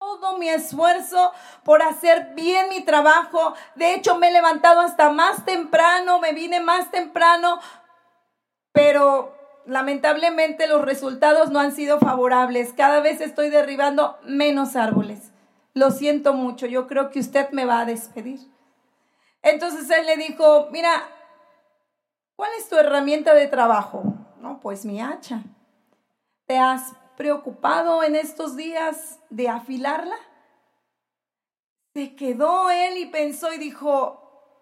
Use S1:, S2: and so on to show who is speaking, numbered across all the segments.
S1: todo mi esfuerzo por hacer bien mi trabajo. De hecho, me he levantado hasta más temprano, me vine más temprano, pero lamentablemente los resultados no han sido favorables. Cada vez estoy derribando menos árboles. Lo siento mucho, yo creo que usted me va a despedir. Entonces él le dijo, mira, ¿cuál es tu herramienta de trabajo? No, pues mi hacha. ¿Te has preocupado en estos días de afilarla? Se quedó él y pensó y dijo,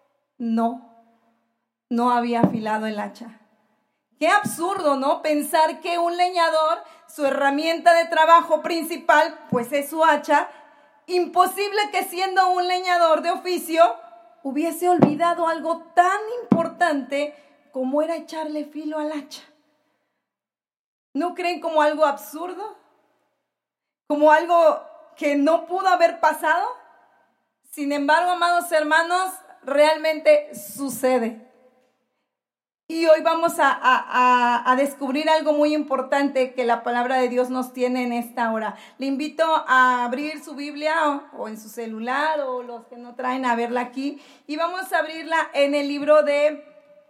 S1: no había afilado el hacha. Qué absurdo, ¿no? Pensar que un leñador, su herramienta de trabajo principal, pues es su hacha. Imposible que siendo un leñador de oficio, hubiese olvidado algo tan importante como era echarle filo al hacha. ¿No creen como algo absurdo? ¿Como algo que no pudo haber pasado? Sin embargo, amados hermanos, realmente sucede. Y hoy vamos a descubrir algo muy importante que la palabra de Dios nos tiene en esta hora. Le invito a abrir su Biblia o en su celular o los que no traen a verla aquí. Y vamos a abrirla en el libro de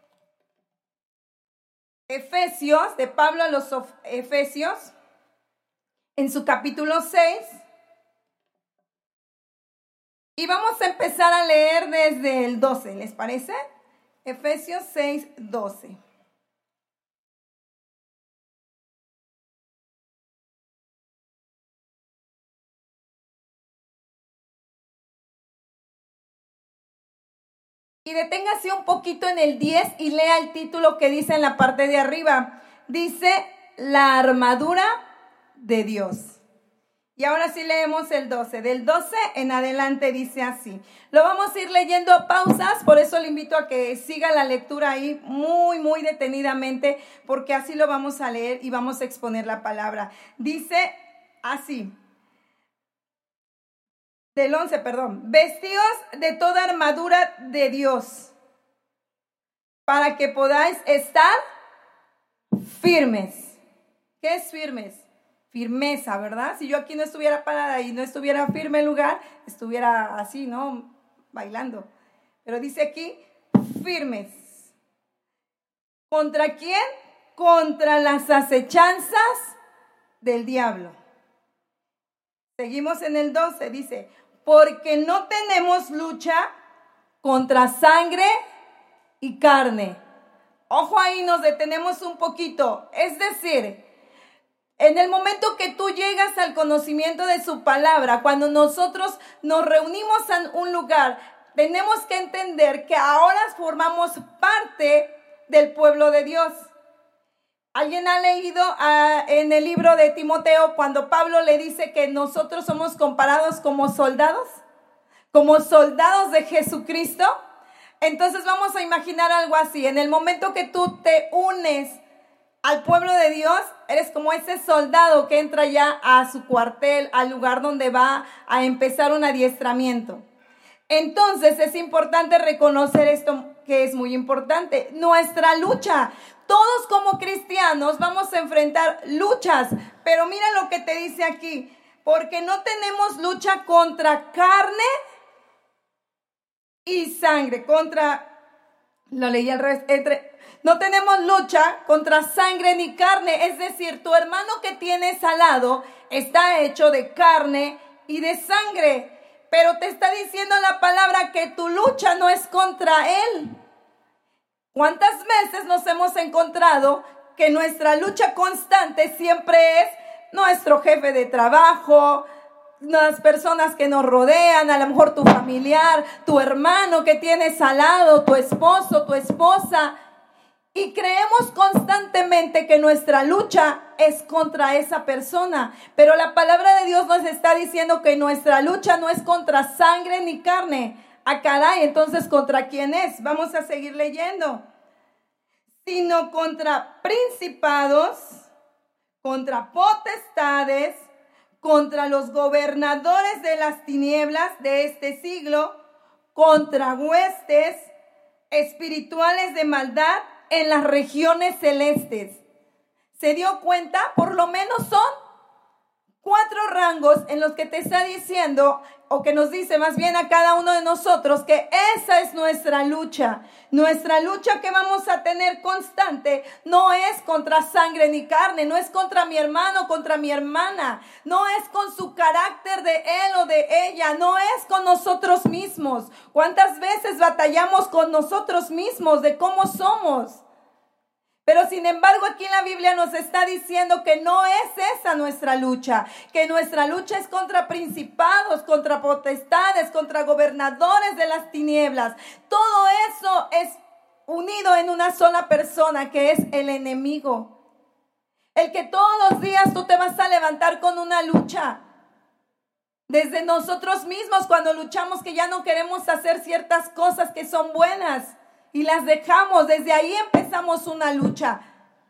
S1: Efesios, de Pablo a los Efesios, en su capítulo 6. Y vamos a empezar a leer desde el 12, ¿les parece? Efesios 6, 12. Y deténgase un poquito en el 10 y lea el título que dice en la parte de arriba. Dice, la armadura de Dios. Y ahora sí leemos el 12. Del 12 en adelante dice así. Lo vamos a ir leyendo a pausas, por eso le invito a que siga la lectura ahí muy, muy detenidamente, porque así lo vamos a leer y vamos a exponer la palabra. Dice así. Del 11, perdón. Vestidos de toda armadura de Dios, para que podáis estar firmes. ¿Qué es firmes? Firmeza, ¿verdad? Si yo aquí no estuviera parada y no estuviera firme en lugar, estuviera así, ¿no? Bailando. Pero dice aquí, firmes. ¿Contra quién? Contra las acechanzas del diablo. Seguimos en el 12, dice, porque no tenemos lucha contra sangre y carne. Ojo ahí, nos detenemos un poquito. Es decir, en el momento que tú llegas al conocimiento de su palabra, cuando nosotros nos reunimos en un lugar, tenemos que entender que ahora formamos parte del pueblo de Dios. ¿Alguien ha leído en el libro de Timoteo cuando Pablo le dice que nosotros somos comparados como soldados? Como soldados de Jesucristo. Entonces vamos a imaginar algo así. En el momento que tú te unes al pueblo de Dios, eres como ese soldado que entra ya a su cuartel, al lugar donde va a empezar un adiestramiento. Entonces es importante reconocer esto que es muy importante, nuestra lucha. Todos como cristianos vamos a enfrentar luchas, pero mira lo que te dice aquí, porque no tenemos lucha contra carne y sangre, no tenemos lucha contra sangre ni carne, es decir, tu hermano que tienes al lado está hecho de carne y de sangre. Pero te está diciendo la palabra que tu lucha no es contra él. ¿Cuántas veces nos hemos encontrado que nuestra lucha constante siempre es nuestro jefe de trabajo, las personas que nos rodean, a lo mejor tu familiar, tu hermano que tienes al lado, tu esposo, tu esposa? Y creemos constantemente que nuestra lucha es contra esa persona. Pero la palabra de Dios nos está diciendo que nuestra lucha no es contra sangre ni carne. Ah, caray, entonces ¿contra quién es? Vamos a seguir leyendo. Sino contra principados, contra potestades, contra los gobernadores de las tinieblas de este siglo, contra huestes espirituales de maldad en las regiones celestes. ¿Se dio cuenta? Por lo menos son 4 rangos en los que te está diciendo, o que nos dice más bien a cada uno de nosotros, que esa es nuestra lucha. Nuestra lucha que vamos a tener constante no es contra sangre ni carne, no es contra mi hermano, contra mi hermana, no es con su carácter de él o de ella, no es con nosotros mismos. ¿Cuántas veces batallamos con nosotros mismos de cómo somos? Pero sin embargo aquí la Biblia nos está diciendo que no es esa nuestra lucha, que nuestra lucha es contra principados, contra potestades, contra gobernadores de las tinieblas. Todo eso es unido en una sola persona, que es el enemigo. El que todos los días tú te vas a levantar con una lucha. Desde nosotros mismos, cuando luchamos que ya no queremos hacer ciertas cosas que son buenas y las dejamos, desde ahí empezamos una lucha.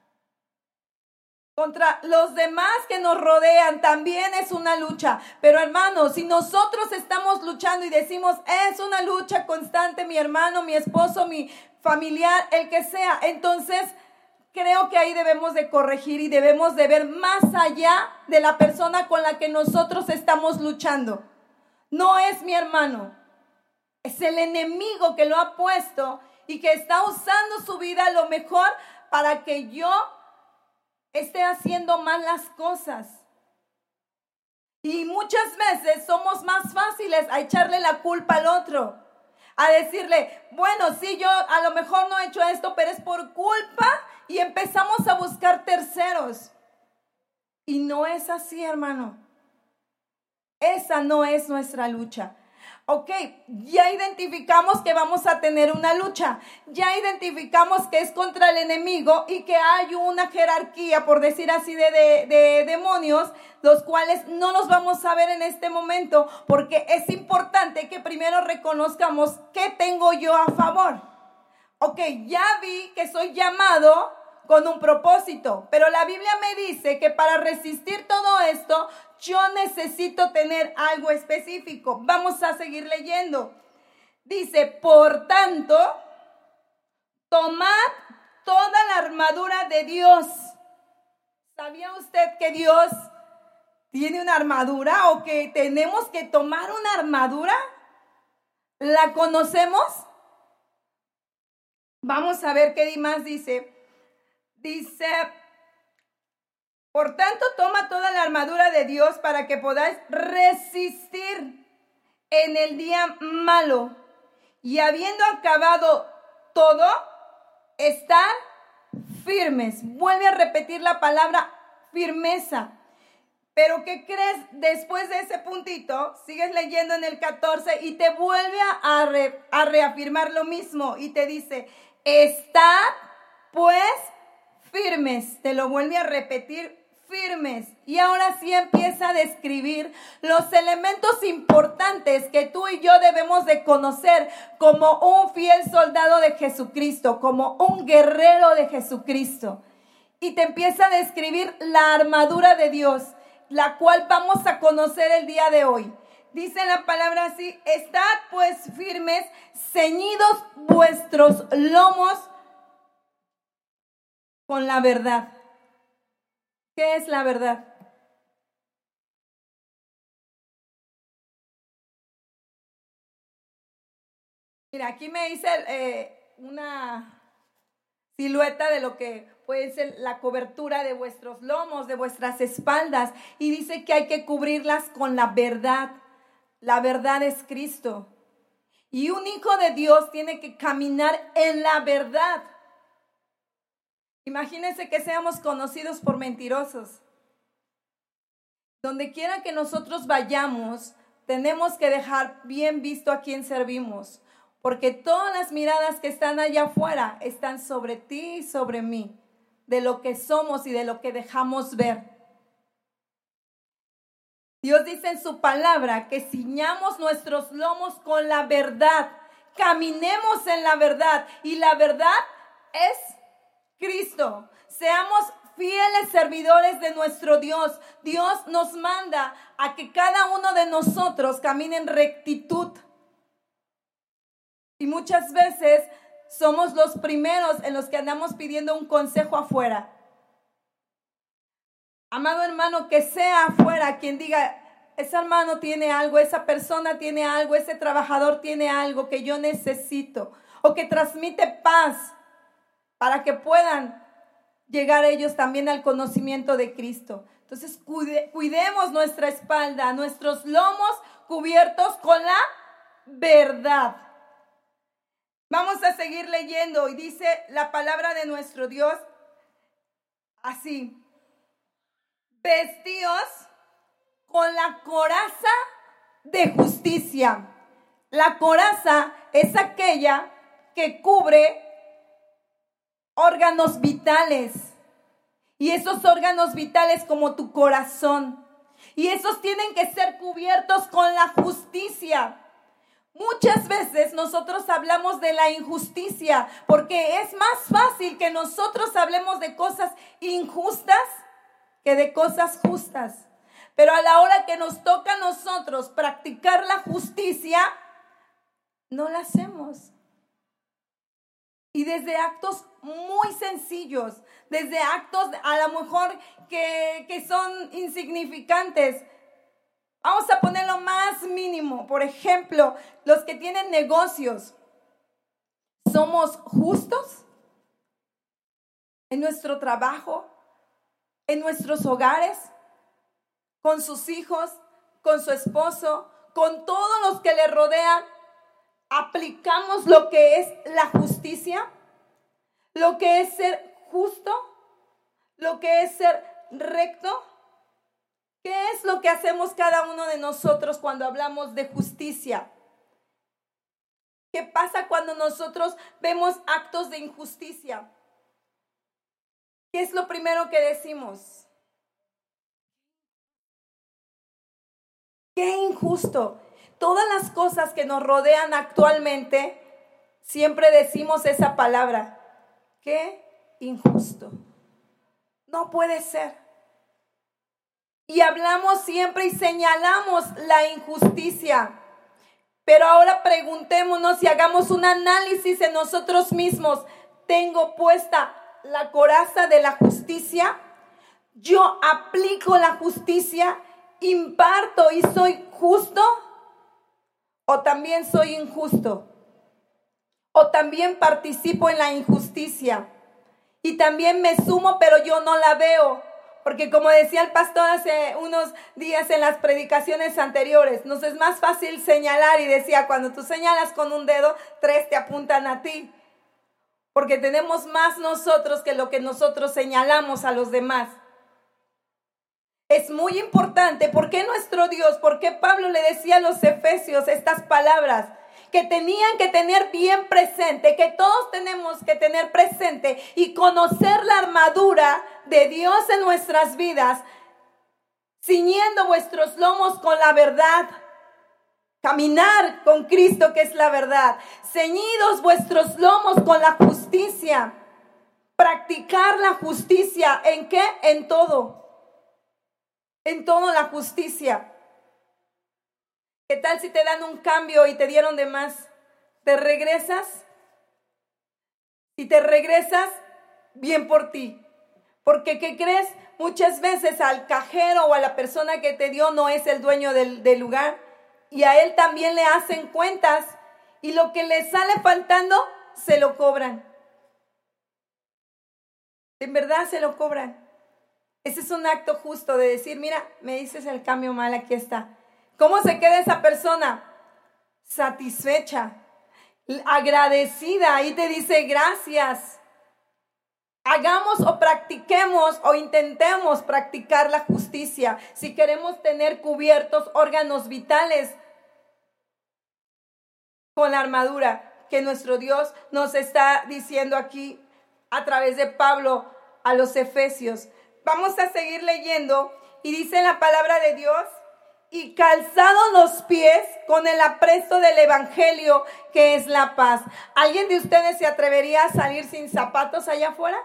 S1: Contra los demás que nos rodean también es una lucha. Pero hermanos, si nosotros estamos luchando y decimos es una lucha constante, mi hermano, mi esposo, mi familiar, el que sea, entonces creo que ahí debemos de corregir y debemos de ver más allá de la persona con la que nosotros estamos luchando. No es mi hermano, es el enemigo que lo ha puesto y que está usando su vida a lo mejor para que yo esté haciendo mal las cosas. Y muchas veces somos más fáciles a echarle la culpa al otro, a decirle, bueno, sí, yo a lo mejor no he hecho esto, pero es por culpa, y empezamos a buscar terceros. Y no es así, hermano. Esa no es nuestra lucha. Ok, ya identificamos que vamos a tener una lucha, ya identificamos que es contra el enemigo y que hay una jerarquía, por decir así, de demonios, los cuales no los vamos a ver en este momento, porque es importante que primero reconozcamos qué tengo yo a favor. Ok, ya vi que soy llamado con un propósito, pero la Biblia me dice que para resistir todo esto, yo necesito tener algo específico. Vamos a seguir leyendo. Dice, por tanto, tomad toda la armadura de Dios. ¿Sabía usted que Dios tiene una armadura o que tenemos que tomar una armadura? ¿La conocemos? Vamos a ver qué más dice. Dice, por tanto, toma toda la armadura de Dios para que podáis resistir en el día malo. Y habiendo acabado todo, estar firmes. Vuelve a repetir la palabra firmeza. Pero ¿qué crees? Después de ese puntito, sigues leyendo en el 14 y te vuelve a reafirmar lo mismo. Y te dice, estar pues firmes. Te lo vuelve a repetir, firmes. Y ahora sí empieza a describir los elementos importantes que tú y yo debemos de conocer como un fiel soldado de Jesucristo, como un guerrero de Jesucristo. Y te empieza a describir la armadura de Dios, la cual vamos a conocer el día de hoy. Dice la palabra así, estad pues firmes, ceñidos vuestros lomos con la verdad. ¿Qué es la verdad? Mira, aquí me dice una silueta de lo que puede ser la cobertura de vuestros lomos, de vuestras espaldas. Y dice que hay que cubrirlas con la verdad. La verdad es Cristo. Y un hijo de Dios tiene que caminar en la verdad. Imagínense que seamos conocidos por mentirosos. Donde quiera que nosotros vayamos, tenemos que dejar bien visto a quién servimos. Porque todas las miradas que están allá afuera están sobre ti y sobre mí. De lo que somos y de lo que dejamos ver. Dios dice en su palabra que ciñamos nuestros lomos con la verdad. Caminemos en la verdad. Y la verdad es Cristo. Seamos fieles servidores de nuestro Dios. Dios nos manda a que cada uno de nosotros camine en rectitud. Y muchas veces somos los primeros en los que andamos pidiendo un consejo afuera. Amado hermano, que sea afuera quien diga, ese hermano tiene algo, esa persona tiene algo, ese trabajador tiene algo que yo necesito, o que transmite paz para que puedan llegar ellos también al conocimiento de Cristo. Entonces cuidemos nuestra espalda, nuestros lomos cubiertos con la verdad. Vamos a seguir leyendo y dice la palabra de nuestro Dios así: vestíos con la coraza de justicia. La coraza es aquella que cubre órganos vitales. Y esos órganos vitales como tu corazón. Y esos tienen que ser cubiertos con la justicia. Muchas veces nosotros hablamos de la injusticia porque es más fácil que nosotros hablemos de cosas injustas que de cosas justas. Pero a la hora que nos toca a nosotros practicar la justicia, no la hacemos. Y desde actos muy sencillos, desde actos a lo mejor que son insignificantes. Vamos a poner lo más mínimo. Por ejemplo, los que tienen negocios. ¿Somos justos en nuestro trabajo, en nuestros hogares, con sus hijos, con su esposo, con todos los que le rodean? ¿Aplicamos lo que es la justicia? ¿Lo que es ser justo? ¿Lo que es ser recto? ¿Qué es lo que hacemos cada uno de nosotros cuando hablamos de justicia? ¿Qué pasa cuando nosotros vemos actos de injusticia? ¿Qué es lo primero que decimos? ¡Qué injusto! Todas las cosas que nos rodean actualmente, siempre decimos esa palabra. ¡Qué injusto! No puede ser. Y hablamos siempre y señalamos la injusticia. Pero ahora preguntémonos y hagamos un análisis en nosotros mismos. ¿Tengo puesta la coraza de la justicia? ¿Yo aplico la justicia? ¿Imparto y soy justo? ¿O también soy injusto? ¿O también participo en la injusticia? Y también me sumo, pero yo no la veo. Porque como decía el pastor hace unos días en las predicaciones anteriores, nos es más fácil señalar, y decía, cuando tú señalas con un dedo, 3 te apuntan a ti. Porque tenemos más nosotros que lo que nosotros señalamos a los demás. Es muy importante. ¿Por qué nuestro Dios? ¿Por qué Pablo le decía a los efesios estas palabras? Que tenían que tener bien presente, que todos tenemos que tener presente y conocer la armadura de Dios en nuestras vidas, ciñendo vuestros lomos con la verdad, caminar con Cristo que es la verdad, ceñidos vuestros lomos con la justicia, practicar la justicia, ¿en qué? En todo la justicia. ¿Qué tal si te dan un cambio y te dieron de más? ¿Te regresas? Si te regresas, bien por ti. Porque, ¿qué crees? Muchas veces al cajero o a la persona que te dio no es el dueño del lugar. Y a él también le hacen cuentas. Y lo que le sale faltando, se lo cobran. En verdad se lo cobran. Ese es un acto justo de decir, mira, me dices el cambio mal, aquí está. ¿Cómo se queda esa persona? Satisfecha, agradecida, y te dice gracias. Hagamos o practiquemos o intentemos practicar la justicia si queremos tener cubiertos órganos vitales con la armadura que nuestro Dios nos está diciendo aquí a través de Pablo a los efesios. Vamos a seguir leyendo y dice la palabra de Dios: y calzados los pies con el apresto del evangelio que es la paz. ¿Alguien de ustedes se atrevería a salir sin zapatos allá afuera?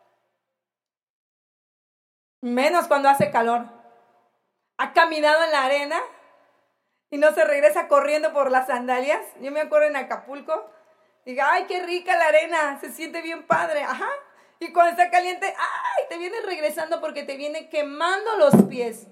S1: Menos cuando hace calor. ¿Ha caminado en la arena y no se regresa corriendo por las sandalias? Yo me acuerdo en Acapulco, diga, ay, qué rica la arena, se siente bien padre, ajá. Y cuando está caliente, ay, te vienes regresando porque te viene quemando los pies.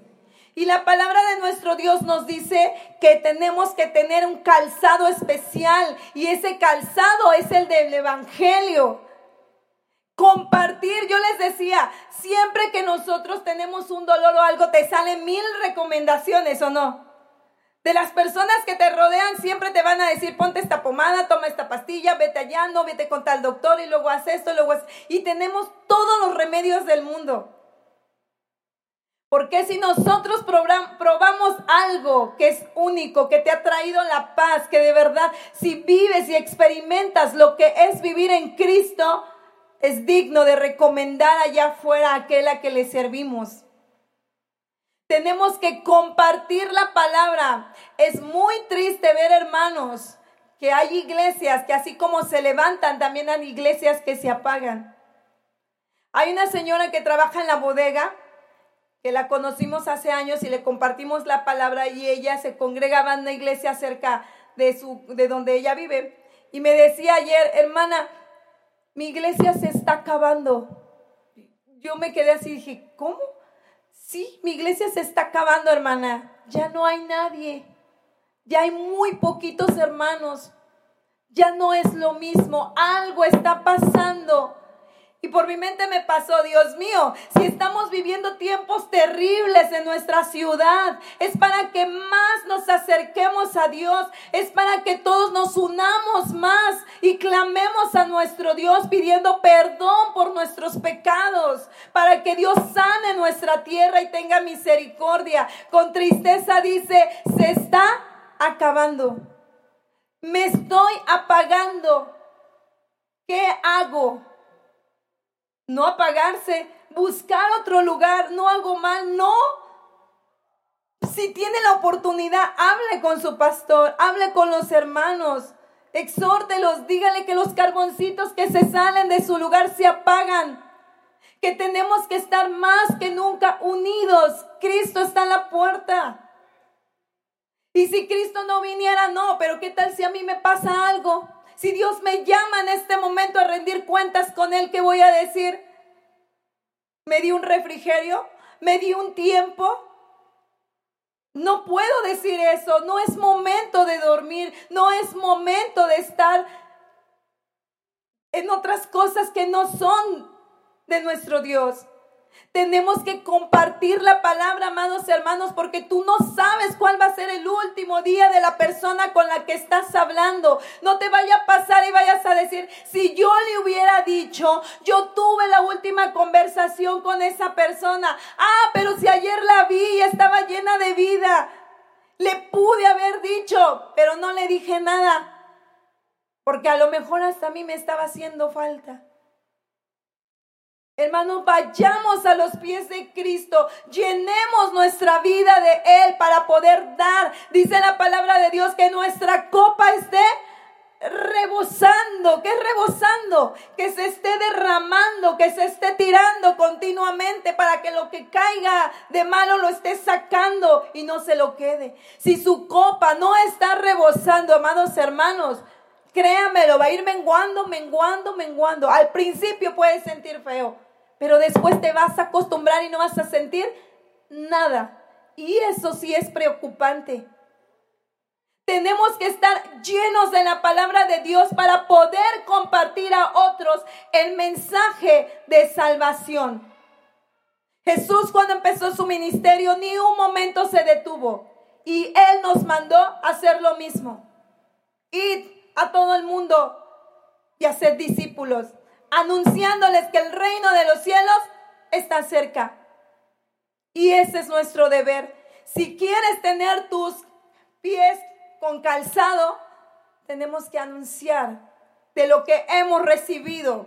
S1: Y la palabra de nuestro Dios nos dice que tenemos que tener un calzado especial. Y ese calzado es el del Evangelio. Compartir, yo les decía, siempre que nosotros tenemos un dolor o algo, te salen 1000 recomendaciones, ¿o no? De las personas que te rodean siempre te van a decir, ponte esta pomada, toma esta pastilla, vete allá, no, vete con tal doctor y luego haz esto, luego haz... Y tenemos todos los remedios del mundo. Porque si nosotros probamos algo que es único, que te ha traído la paz, que de verdad si vives y experimentas lo que es vivir en Cristo, es digno de recomendar allá afuera a aquel a que le servimos. Tenemos que compartir la palabra. Es muy triste ver, hermanos, que hay iglesias que así como se levantan, también hay iglesias que se apagan. Hay una señora que trabaja en la bodega, que la conocimos hace años y le compartimos la palabra y ella se congregaba en una iglesia cerca de donde ella vive. Y me decía ayer, hermana, mi iglesia se está acabando. Yo me quedé así y dije, ¿cómo? Sí, mi iglesia se está acabando, hermana. Ya no hay nadie. Ya hay muy poquitos hermanos. Ya no es lo mismo. Algo está pasando. Y por mi mente me pasó, Dios mío, si estamos viviendo tiempos terribles en nuestra ciudad, es para que más nos acerquemos a Dios, es para que todos nos unamos más y clamemos a nuestro Dios pidiendo perdón por nuestros pecados, para que Dios sane nuestra tierra y tenga misericordia. Con tristeza dice, se está acabando, me estoy apagando. ¿Qué hago? No apagarse, buscar otro lugar, no hago mal, no. Si tiene la oportunidad, hable con su pastor, hable con los hermanos, exhórtelos, dígale que los carboncitos que se salen de su lugar se apagan, que tenemos que estar más que nunca unidos. Cristo está en la puerta. Y si Cristo no viniera, no, pero ¿qué tal si a mí me pasa algo? Si Dios me llama en este momento a rendir cuentas con Él, ¿qué voy a decir? ¿Me di un refrigerio? ¿Me di un tiempo? No puedo decir eso. No es momento de dormir. No es momento de estar en otras cosas que no son de nuestro Dios. Tenemos que compartir la palabra, amados hermanos, porque tú no sabes cuál va a ser el último día de la persona con la que estás hablando. No te vaya a pasar y vayas a decir, si yo le hubiera dicho, yo tuve la última conversación con esa persona. Pero si ayer la vi y estaba llena de vida, le pude haber dicho, pero no le dije nada, porque a lo mejor hasta a mí me estaba haciendo falta. Hermanos, vayamos a los pies de Cristo, llenemos nuestra vida de Él para poder dar. Dice la palabra de Dios que nuestra copa esté rebosando. ¿Qué es rebosando? Que se esté derramando, que se esté tirando continuamente para que lo que caiga de malo lo esté sacando y no se lo quede. Si su copa no está rebosando, amados hermanos, créamelo, va a ir menguando. Al principio puedes sentir feo, pero después te vas a acostumbrar y no vas a sentir nada. Y eso sí es preocupante. Tenemos que estar llenos de la palabra de Dios para poder compartir a otros el mensaje de salvación. Jesús, cuando empezó su ministerio, ni un momento se detuvo. Y Él nos mandó a hacer lo mismo. Id a todo el mundo y hacer discípulos, anunciándoles que el reino de los cielos está cerca. Y ese es nuestro deber. Si quieres tener tus pies con calzado, tenemos que anunciar de lo que hemos recibido.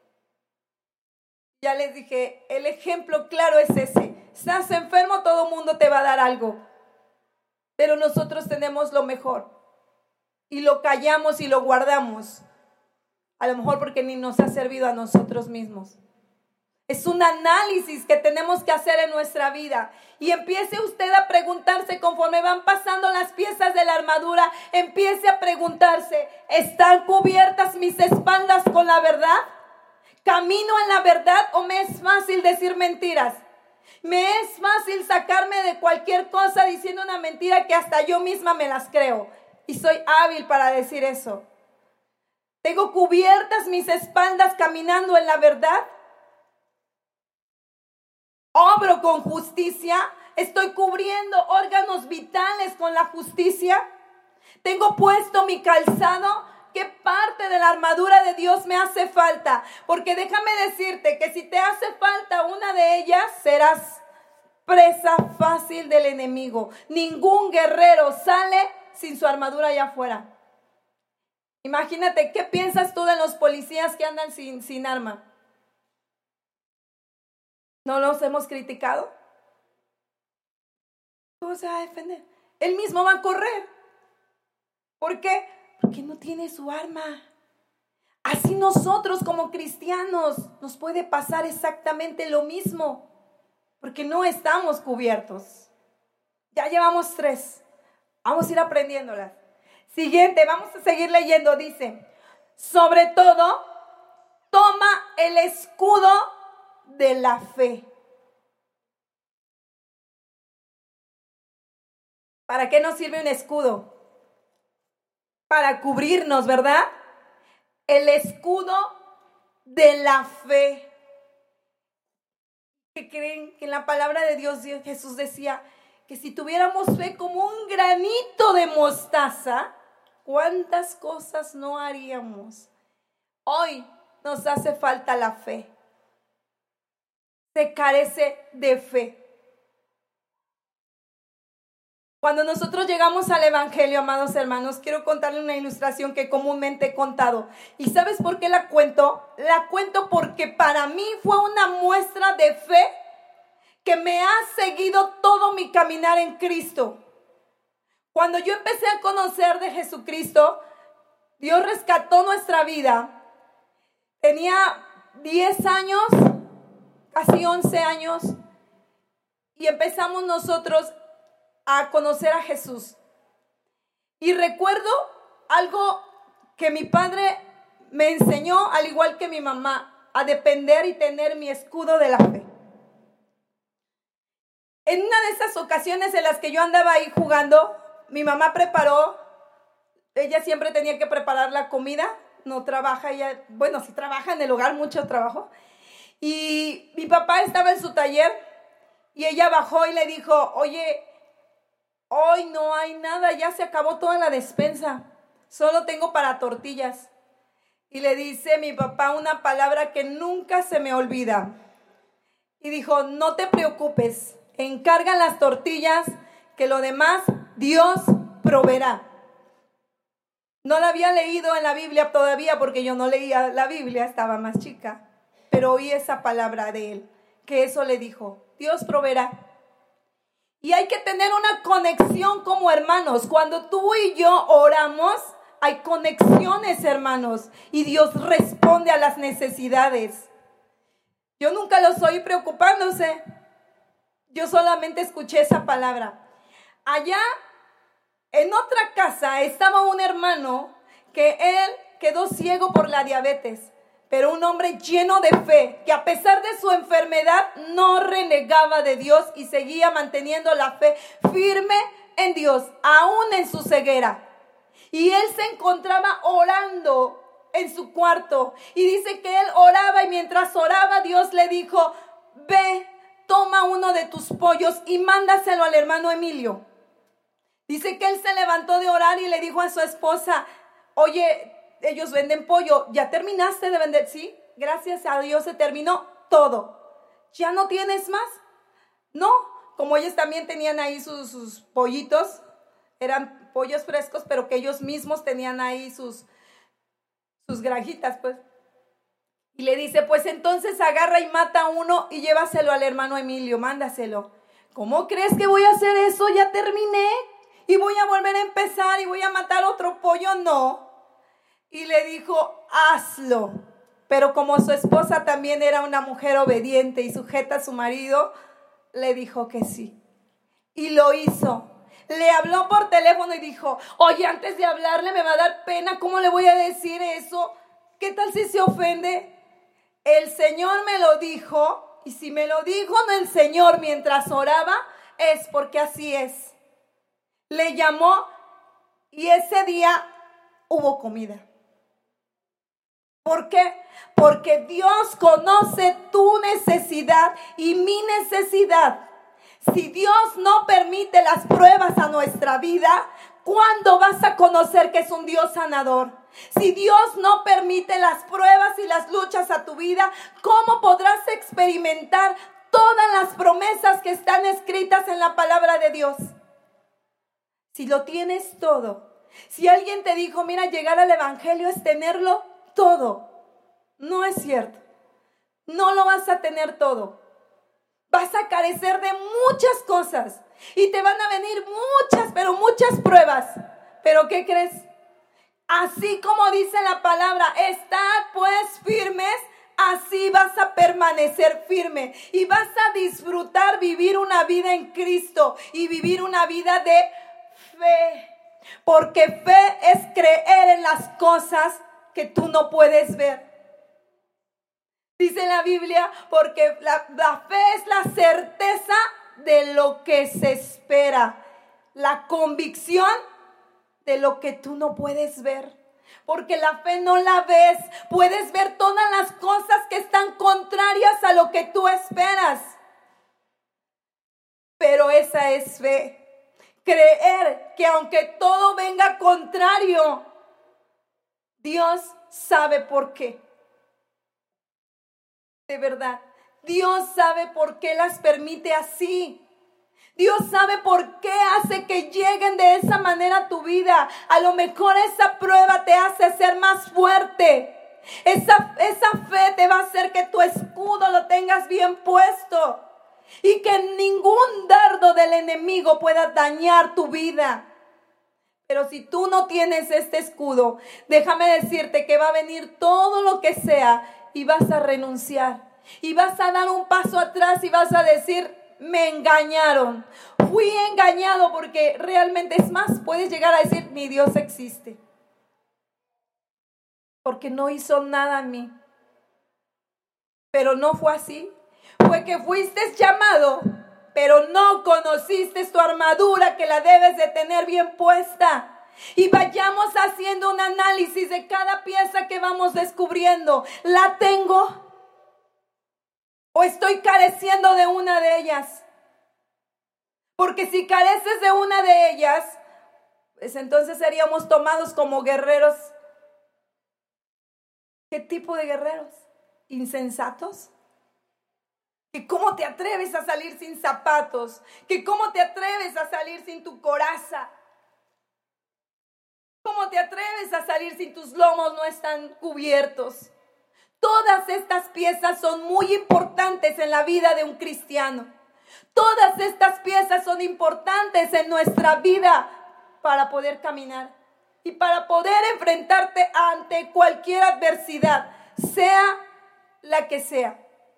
S1: Ya les dije, el ejemplo claro es ese. Estás enfermo, todo el mundo te va a dar algo, pero nosotros tenemos lo mejor y lo callamos y lo guardamos. A lo mejor porque ni nos ha servido a nosotros mismos. Es un análisis que tenemos que hacer en nuestra vida. Y empiece usted a preguntarse conforme van pasando las piezas de la armadura. Empiece a preguntarse, ¿están cubiertas mis espaldas con la verdad? ¿Camino en la verdad o me es fácil decir mentiras? Me es fácil sacarme de cualquier cosa diciendo una mentira que hasta yo misma me las creo. Y soy hábil para decir eso. Tengo cubiertas mis espaldas caminando en la verdad. Obro con justicia. Estoy cubriendo órganos vitales con la justicia. Tengo puesto mi calzado. ¿Qué parte de la armadura de Dios me hace falta? Porque déjame decirte que si te hace falta una de ellas, serás presa fácil del enemigo. Ningún guerrero sale sin su armadura allá afuera. Imagínate, ¿qué piensas tú de los policías que andan sin arma? ¿No los hemos criticado? ¿Cómo se va a defender? Él mismo va a correr. ¿Por qué? Porque no tiene su arma. Así nosotros como cristianos nos puede pasar exactamente lo mismo, porque no estamos cubiertos. Ya llevamos 3. Vamos a ir aprendiéndolas. Siguiente, vamos a seguir leyendo. Dice, sobre todo, toma el escudo de la fe. ¿Para qué nos sirve un escudo? Para cubrirnos, ¿verdad? El escudo de la fe. ¿Qué creen? Que en la palabra de Dios Jesús decía que si tuviéramos fe como un granito de mostaza, ¿cuántas cosas no haríamos? Hoy nos hace falta la fe. Se carece de fe. Cuando nosotros llegamos al Evangelio, amados hermanos, quiero contarle una ilustración que comúnmente he contado. ¿Y sabes por qué la cuento? La cuento porque para mí fue una muestra de fe que me ha seguido todo mi caminar en Cristo. Cuando yo empecé a conocer de Jesucristo, Dios rescató nuestra vida. Tenía 10 años, casi 11 años, y empezamos nosotros a conocer a Jesús. Y recuerdo algo que mi padre me enseñó, al igual que mi mamá, a depender y tener mi escudo de la fe. En una de esas ocasiones en las que yo andaba ahí jugando, mi mamá preparó, ella siempre tenía que preparar la comida, no trabaja, ella, bueno, sí trabaja en el hogar, mucho trabajo. Y mi papá estaba en su taller y ella bajó y le dijo, oye, hoy no hay nada, ya se acabó toda la despensa, solo tengo para tortillas. Y le dice mi papá una palabra que nunca se me olvida. Y dijo, no te preocupes, encarga las tortillas, que lo demás Dios proveerá. No la había leído en la Biblia todavía porque yo no leía la Biblia, estaba más chica. Pero oí esa palabra de él, que eso le dijo, Dios proveerá. Y hay que tener una conexión como hermanos. Cuando tú y yo oramos, hay conexiones, hermanos. Y Dios responde a las necesidades. Yo nunca los oí preocupándose. Yo solamente escuché esa palabra. Allá, en otra casa, estaba un hermano que él quedó ciego por la diabetes. Pero un hombre lleno de fe, que a pesar de su enfermedad no renegaba de Dios y seguía manteniendo la fe firme en Dios, aún en su ceguera. Y él se encontraba orando en su cuarto. Y dice que él oraba y mientras oraba Dios le dijo, ve, toma uno de tus pollos y mándaselo al hermano Emilio. Dice que él se levantó de orar y le dijo a su esposa, oye, ellos venden pollo, ¿ya terminaste de vender? Sí, gracias a Dios se terminó todo. ¿Ya no tienes más? No, como ellos también tenían ahí sus pollitos, eran pollos frescos, pero que ellos mismos tenían ahí sus granjitas, pues. Y le dice, pues entonces agarra y mata a uno y llévaselo al hermano Emilio, mándaselo. ¿Cómo crees que voy a hacer eso? Ya terminé y voy a volver a empezar y voy a matar otro pollo, no. Y le dijo, hazlo. Pero como su esposa también era una mujer obediente y sujeta a su marido, le dijo que sí. Y lo hizo. Le habló por teléfono y dijo, oye, antes de hablarle me va a dar pena, ¿cómo le voy a decir eso? ¿Qué tal si se ofende? El Señor me lo dijo y si me lo dijo el Señor mientras oraba, es porque así es. Le llamó y ese día hubo comida. ¿Por qué? Porque Dios conoce tu necesidad y mi necesidad. Si Dios no permite las pruebas a nuestra vida, ¿cuándo vas a conocer que es un Dios sanador? Si Dios no permite las pruebas y las luchas a tu vida, ¿cómo podrás experimentar todas las promesas que están escritas en la palabra de Dios? Si lo tienes todo, si alguien te dijo, mira, llegar al evangelio es tenerlo todo, no es cierto. No lo vas a tener todo. Vas a carecer de muchas cosas y te van a venir muchas, pero muchas pruebas. ¿Pero qué crees? Así como dice la palabra, estad pues firmes, así vas a permanecer firme y vas a disfrutar vivir una vida en Cristo y vivir una vida de fe. Porque fe es creer en las cosas que tú no puedes ver. Dice la Biblia, porque la fe es la certeza de lo que se espera, la convicción de lo que tú no puedes ver. Porque la fe no la ves, puedes ver todas las cosas que están contrarias a lo que tú esperas. Pero esa es fe, creer que aunque todo venga contrario, Dios sabe por qué. De verdad, Dios sabe por qué las permite así. Dios sabe por qué hace que lleguen de esa manera a tu vida. A lo mejor esa prueba te hace ser más fuerte. Esa fe te va a hacer que tu escudo lo tengas bien puesto y que ningún dardo del enemigo pueda dañar tu vida. Pero si tú no tienes este escudo, déjame decirte que va a venir todo lo que sea y vas a renunciar. Y vas a dar un paso atrás y vas a decir, me engañaron. Fui engañado, porque realmente, es más, puedes llegar a decir, mi Dios existe. Porque no hizo nada a mí. Pero no fue así. Fue que fuiste llamado, pero no conociste tu armadura, que la debes de tener bien puesta. Y vayamos haciendo un análisis de cada pieza que vamos descubriendo. ¿La tengo? ¿O estoy careciendo de una de ellas? Porque si careces de una de ellas, pues entonces seríamos tomados como guerreros. ¿Qué tipo de guerreros? ¿Insensatos? ¿Que cómo te atreves a salir sin zapatos? ¿Que cómo te atreves a salir sin tu coraza? ¿Cómo te atreves a salir si tus lomos no están cubiertos? Todas estas piezas son muy importantes en la vida de un cristiano. Todas estas piezas son importantes en nuestra vida para poder caminar y para poder enfrentarte ante cualquier adversidad, sea la que sea.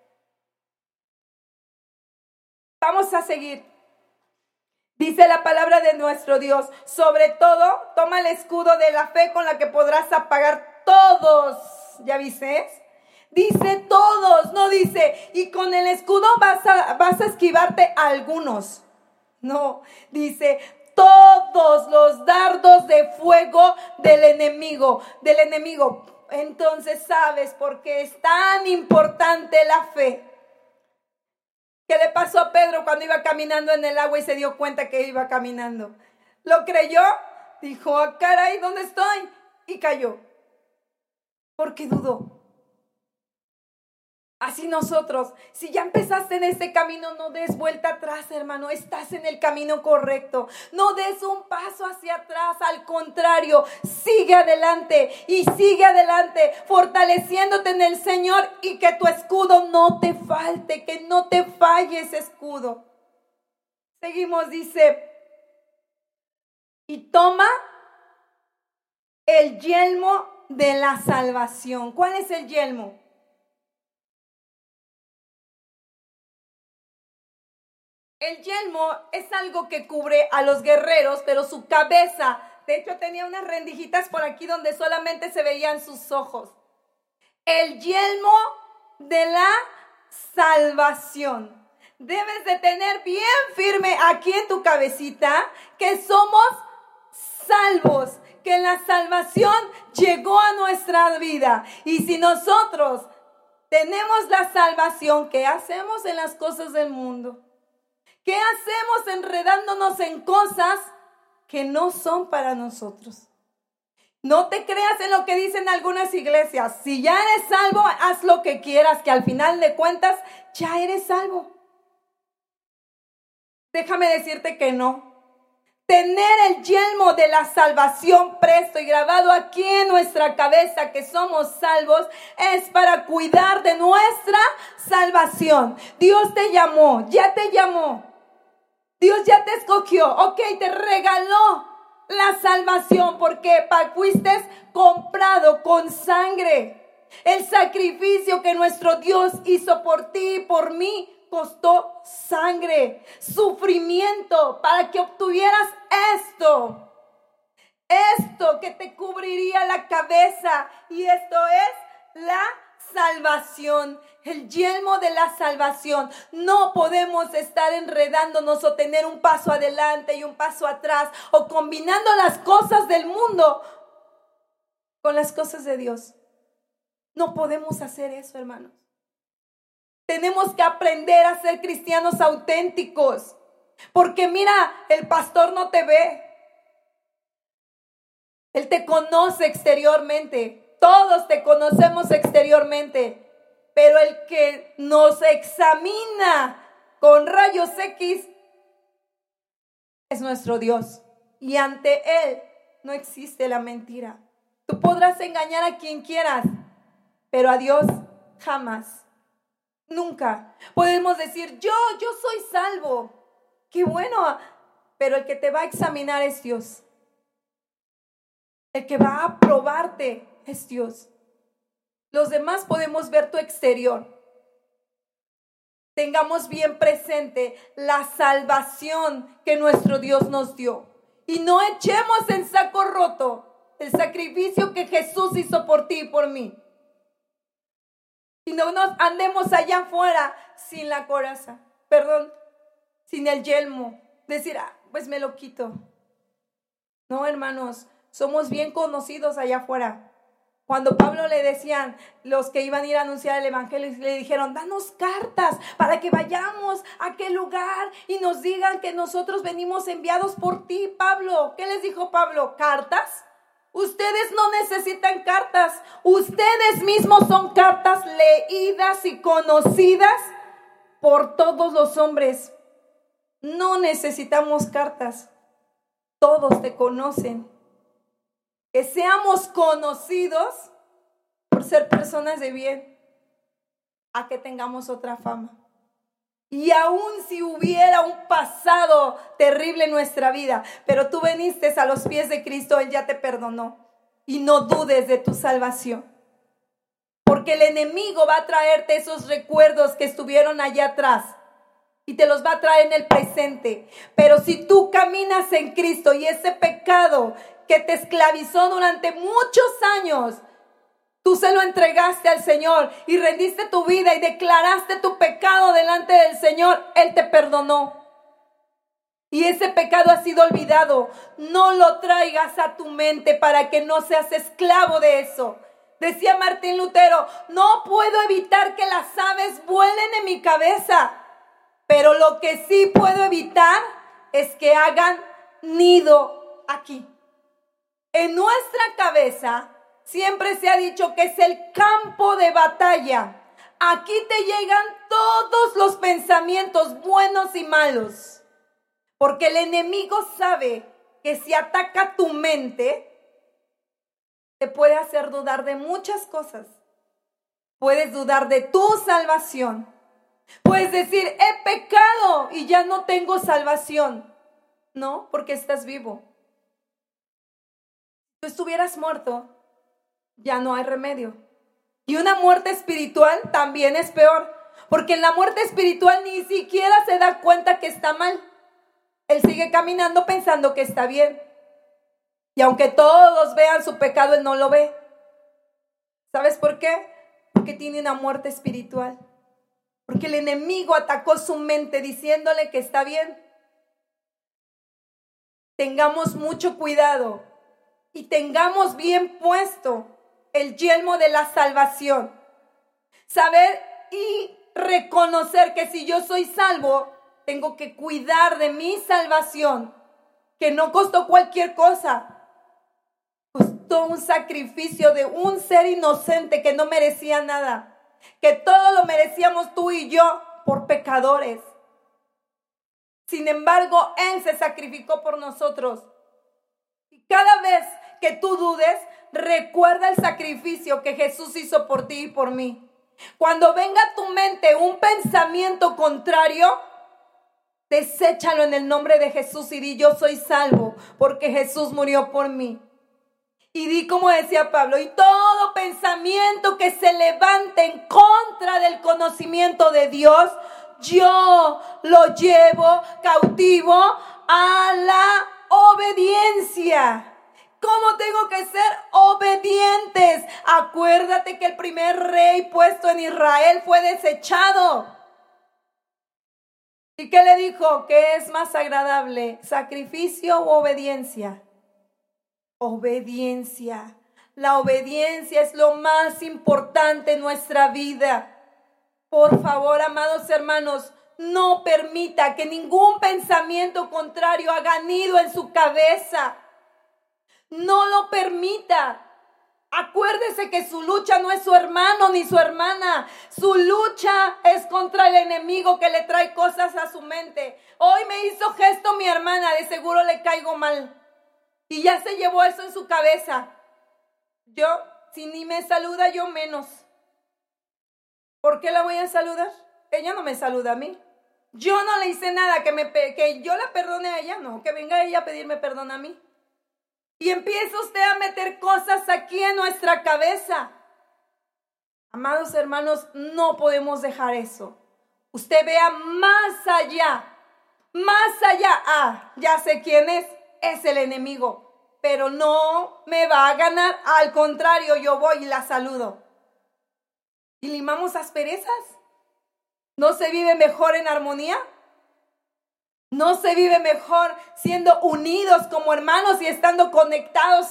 S1: Vamos a seguir. Dice la palabra de nuestro Dios, sobre todo, toma el escudo de la fe con la que podrás apagar todos. ¿Ya viste? Dice todos, no dice, y con el escudo vas a esquivarte a algunos. No, dice todos los dardos de fuego del enemigo. Entonces, ¿sabes por qué es tan importante la fe? ¿Qué le pasó a Pedro cuando iba caminando en el agua y se dio cuenta que iba caminando? ¿Lo creyó? Dijo, ah, caray, ¿dónde estoy? Y cayó. Porque dudó. Así nosotros, si ya empezaste en este camino, no des vuelta atrás, hermano. Estás en el camino correcto. No des un paso hacia atrás. Al contrario, sigue adelante y sigue adelante, fortaleciéndote en el Señor, y que tu escudo no te falte, que no te falle ese escudo. Seguimos, dice, y toma el yelmo de la salvación. ¿Cuál es el yelmo? El yelmo es algo que cubre a los guerreros, pero su cabeza, de hecho, tenía unas rendijitas por aquí donde solamente se veían sus ojos. El yelmo de la salvación. Debes de tener bien firme aquí en tu cabecita que somos salvos, que la salvación llegó a nuestra vida. Y si nosotros tenemos la salvación, ¿qué hacemos en las cosas del mundo? ¿Qué hacemos enredándonos en cosas que no son para nosotros? No te creas en lo que dicen algunas iglesias. Si ya eres salvo, haz lo que quieras, que al final de cuentas ya eres salvo. Déjame decirte que no. Tener el yelmo de la salvación presto y grabado aquí en nuestra cabeza que somos salvos es para cuidar de nuestra salvación. Dios te llamó, ya te llamó. Dios ya te escogió, ok, te regaló la salvación porque fuiste comprado con sangre. El sacrificio que nuestro Dios hizo por ti y por mí costó sangre, sufrimiento para que obtuvieras esto que te cubriría la cabeza, y esto es la salvación, el yelmo de la salvación. No podemos estar enredándonos o tener un paso adelante y un paso atrás o combinando las cosas del mundo con las cosas de Dios. No podemos hacer eso, hermanos. Tenemos que aprender a ser cristianos auténticos. Porque mira, el pastor no te ve. Él te conoce exteriormente. Todos te conocemos exteriormente. Pero el que nos examina con rayos X es nuestro Dios. Y ante Él no existe la mentira. Tú podrás engañar a quien quieras, pero a Dios jamás. Nunca. Podemos decir, yo soy salvo. Qué bueno, pero el que te va a examinar es Dios. El que va a probarte es Dios. Los demás podemos ver tu exterior. Tengamos bien presente la salvación que nuestro Dios nos dio. Y no echemos en saco roto el sacrificio que Jesús hizo por ti y por mí. Y no nos andemos allá afuera sin la coraza, sin el yelmo. Decir, pues me lo quito. No, hermanos, somos bien conocidos allá afuera. Cuando Pablo le decían, los que iban a ir a anunciar el evangelio, le dijeron, danos cartas para que vayamos a aquel lugar y nos digan que nosotros venimos enviados por ti, Pablo. ¿Qué les dijo Pablo? ¿Cartas? Ustedes no necesitan cartas. Ustedes mismos son cartas leídas y conocidas por todos los hombres. No necesitamos cartas. Todos te conocen. Que seamos conocidos por ser personas de bien, a que tengamos otra fama. Y aún si hubiera un pasado terrible en nuestra vida, pero tú viniste a los pies de Cristo, Él ya te perdonó. Y no dudes de tu salvación. Porque el enemigo va a traerte esos recuerdos que estuvieron allá atrás y te los va a traer en el presente. Pero si tú caminas en Cristo y ese pecado que te esclavizó durante muchos años, tú se lo entregaste al Señor y rendiste tu vida y declaraste tu pecado delante del Señor, Él te perdonó. Y ese pecado ha sido olvidado. No lo traigas a tu mente para que no seas esclavo de eso. Decía Martín Lutero, no puedo evitar que las aves vuelen en mi cabeza, pero lo que sí puedo evitar es que hagan nido aquí. En nuestra cabeza siempre se ha dicho que es el campo de batalla. Aquí te llegan todos los pensamientos buenos y malos. Porque el enemigo sabe que si ataca tu mente, te puede hacer dudar de muchas cosas. Puedes dudar de tu salvación. Puedes decir, he pecado y ya no tengo salvación. No, porque estás vivo. Si tú estuvieras muerto, ya no hay remedio. Y una muerte espiritual también es peor. Porque en la muerte espiritual ni siquiera se da cuenta que está mal. Él sigue caminando pensando que está bien. Y aunque todos vean su pecado, él no lo ve. ¿Sabes por qué? Porque tiene una muerte espiritual. Porque el enemigo atacó su mente diciéndole que está bien. Tengamos mucho cuidado y tengamos bien puesto el yelmo de la salvación. Saber y reconocer que si yo soy salvo, tengo que cuidar de mi salvación, que no costó cualquier cosa. Costó un sacrificio de un ser inocente que no merecía nada, que todo lo merecíamos tú y yo por pecadores. Sin embargo, Él se sacrificó por nosotros. Y cada vez que tú dudes, recuerda el sacrificio que Jesús hizo por ti y por mí. Cuando venga a tu mente un pensamiento contrario, deséchalo en el nombre de Jesús y di: yo soy salvo porque Jesús murió por mí. Y di como decía Pablo: y todo pensamiento que se levante en contra del conocimiento de Dios, yo lo llevo cautivo a la obediencia. ¿Cómo tengo que ser obedientes? Acuérdate que el primer rey puesto en Israel fue desechado. ¿Y qué le dijo? ¿Qué es más agradable, sacrificio u obediencia? Obediencia. La obediencia es lo más importante en nuestra vida. Por favor, amados hermanos, no permita que ningún pensamiento contrario haga nido en su cabeza. No lo permita. Acuérdese que su lucha no es su hermano ni su hermana. Su lucha es contra el enemigo que le trae cosas a su mente. Hoy me hizo gesto mi hermana, de seguro le caigo mal. Y ya se llevó eso en su cabeza. Yo, si ni me saluda, yo menos. ¿Por qué la voy a saludar? Ella no me saluda a mí. Yo no le hice nada que yo la perdone a ella, no. Que venga ella a pedirme perdón a mí. Y empieza usted a meter cosas aquí en nuestra cabeza. Amados hermanos, no podemos dejar eso. Usted vea más allá. Más allá. Ah, ya sé quién es el enemigo. Pero no me va a ganar. Al contrario, yo voy y la saludo. ¿Y limamos asperezas? ¿No se vive mejor en armonía? ¿No se vive mejor siendo unidos como hermanos y estando conectados?